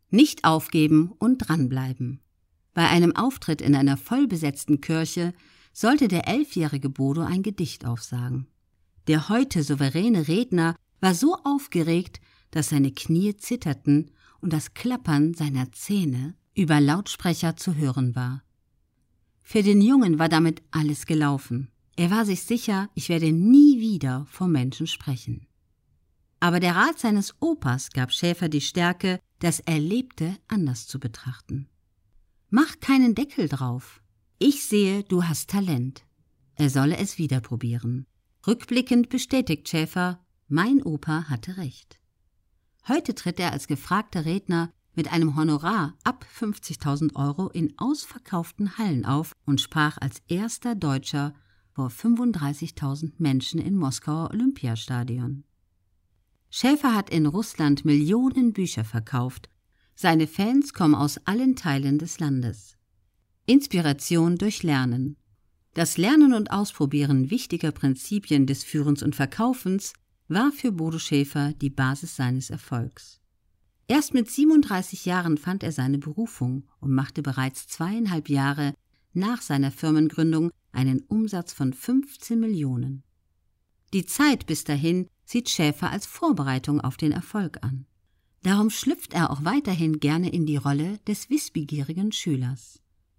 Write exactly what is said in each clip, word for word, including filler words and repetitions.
Nicht aufgeben und dranbleiben. Bei einem Auftritt in einer vollbesetzten Kirche sollte der elfjährige Bodo ein Gedicht aufsagen. Der heute souveräne Redner war so aufgeregt, dass seine Knie zitterten und das Klappern seiner Zähne über Lautsprecher zu hören war. Für den Jungen war damit alles gelaufen. Er war sich sicher, ich werde nie wieder vor Menschen sprechen. Aber der Rat seines Opas gab Schäfer die Stärke, das Erlebte anders zu betrachten. Mach keinen Deckel drauf. Ich sehe, du hast Talent. Er solle es wieder probieren. Rückblickend bestätigt Schäfer, mein Opa hatte recht. Heute tritt er als gefragter Redner mit einem Honorar ab fünfzigtausend Euro in ausverkauften Hallen auf und sprach als erster Deutscher vor fünfunddreißigtausend Menschen im Moskauer Olympiastadion. Schäfer hat in Russland Millionen Bücher verkauft. Seine Fans kommen aus allen Teilen des Landes. Inspiration durch Lernen. Das Lernen und Ausprobieren wichtiger Prinzipien des Führens und Verkaufens war für Bodo Schäfer die Basis seines Erfolgs. Erst mit siebenunddreißig Jahren fand er seine Berufung und machte bereits zweieinhalb Jahre nach seiner Firmengründung einen Umsatz von fünfzehn Millionen. Die Zeit bis dahin sieht Schäfer als Vorbereitung auf den Erfolg an. Darum schlüpft er auch weiterhin gerne in die Rolle des wissbegierigen Schülers.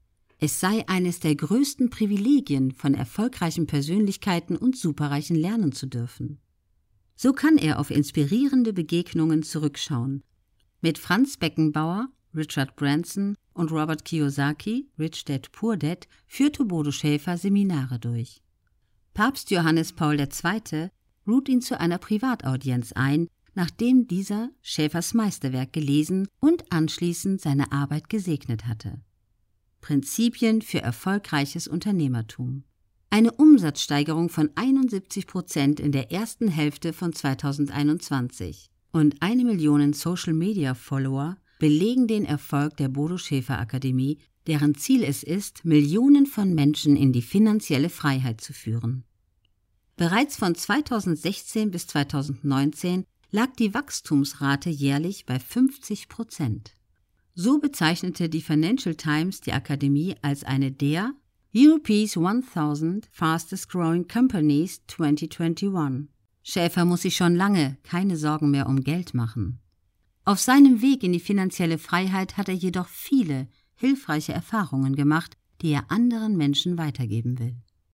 Es sei eines der größten Privilegien, von erfolgreichen Persönlichkeiten und Superreichen lernen zu dürfen. So kann er auf inspirierende Begegnungen zurückschauen. Mit Franz Beckenbauer, Richard Branson und Robert Kiyosaki, Rich Dad Poor Dad, führte Bodo Schäfer Seminare durch. Papst Johannes Paul der Zweite lud ihn zu einer Privataudienz ein, nachdem dieser Schäfers Meisterwerk gelesen und anschließend seine Arbeit gesegnet hatte. Prinzipien für erfolgreiches Unternehmertum. Eine Umsatzsteigerung von einundsiebzig Prozent in der ersten Hälfte von zweitausendeinundzwanzig und eine Million Social-Media-Follower belegen den Erfolg der Bodo Schäfer Akademie, deren Ziel es ist, Millionen von Menschen in die finanzielle Freiheit zu führen. Bereits von zweitausendsechzehn bis zweitausendneunzehn lag die Wachstumsrate jährlich bei fünfzig Prozent. So bezeichnete die Financial Times die Akademie als eine der Europe's tausend Fastest Growing Companies zwanzig einundzwanzig. Schäfer muss sich schon lange keine Sorgen mehr um Geld machen. Auf seinem Weg in die finanzielle Freiheit hat er jedoch viele hilfreiche Erfahrungen gemacht, die er anderen Menschen weitergeben will.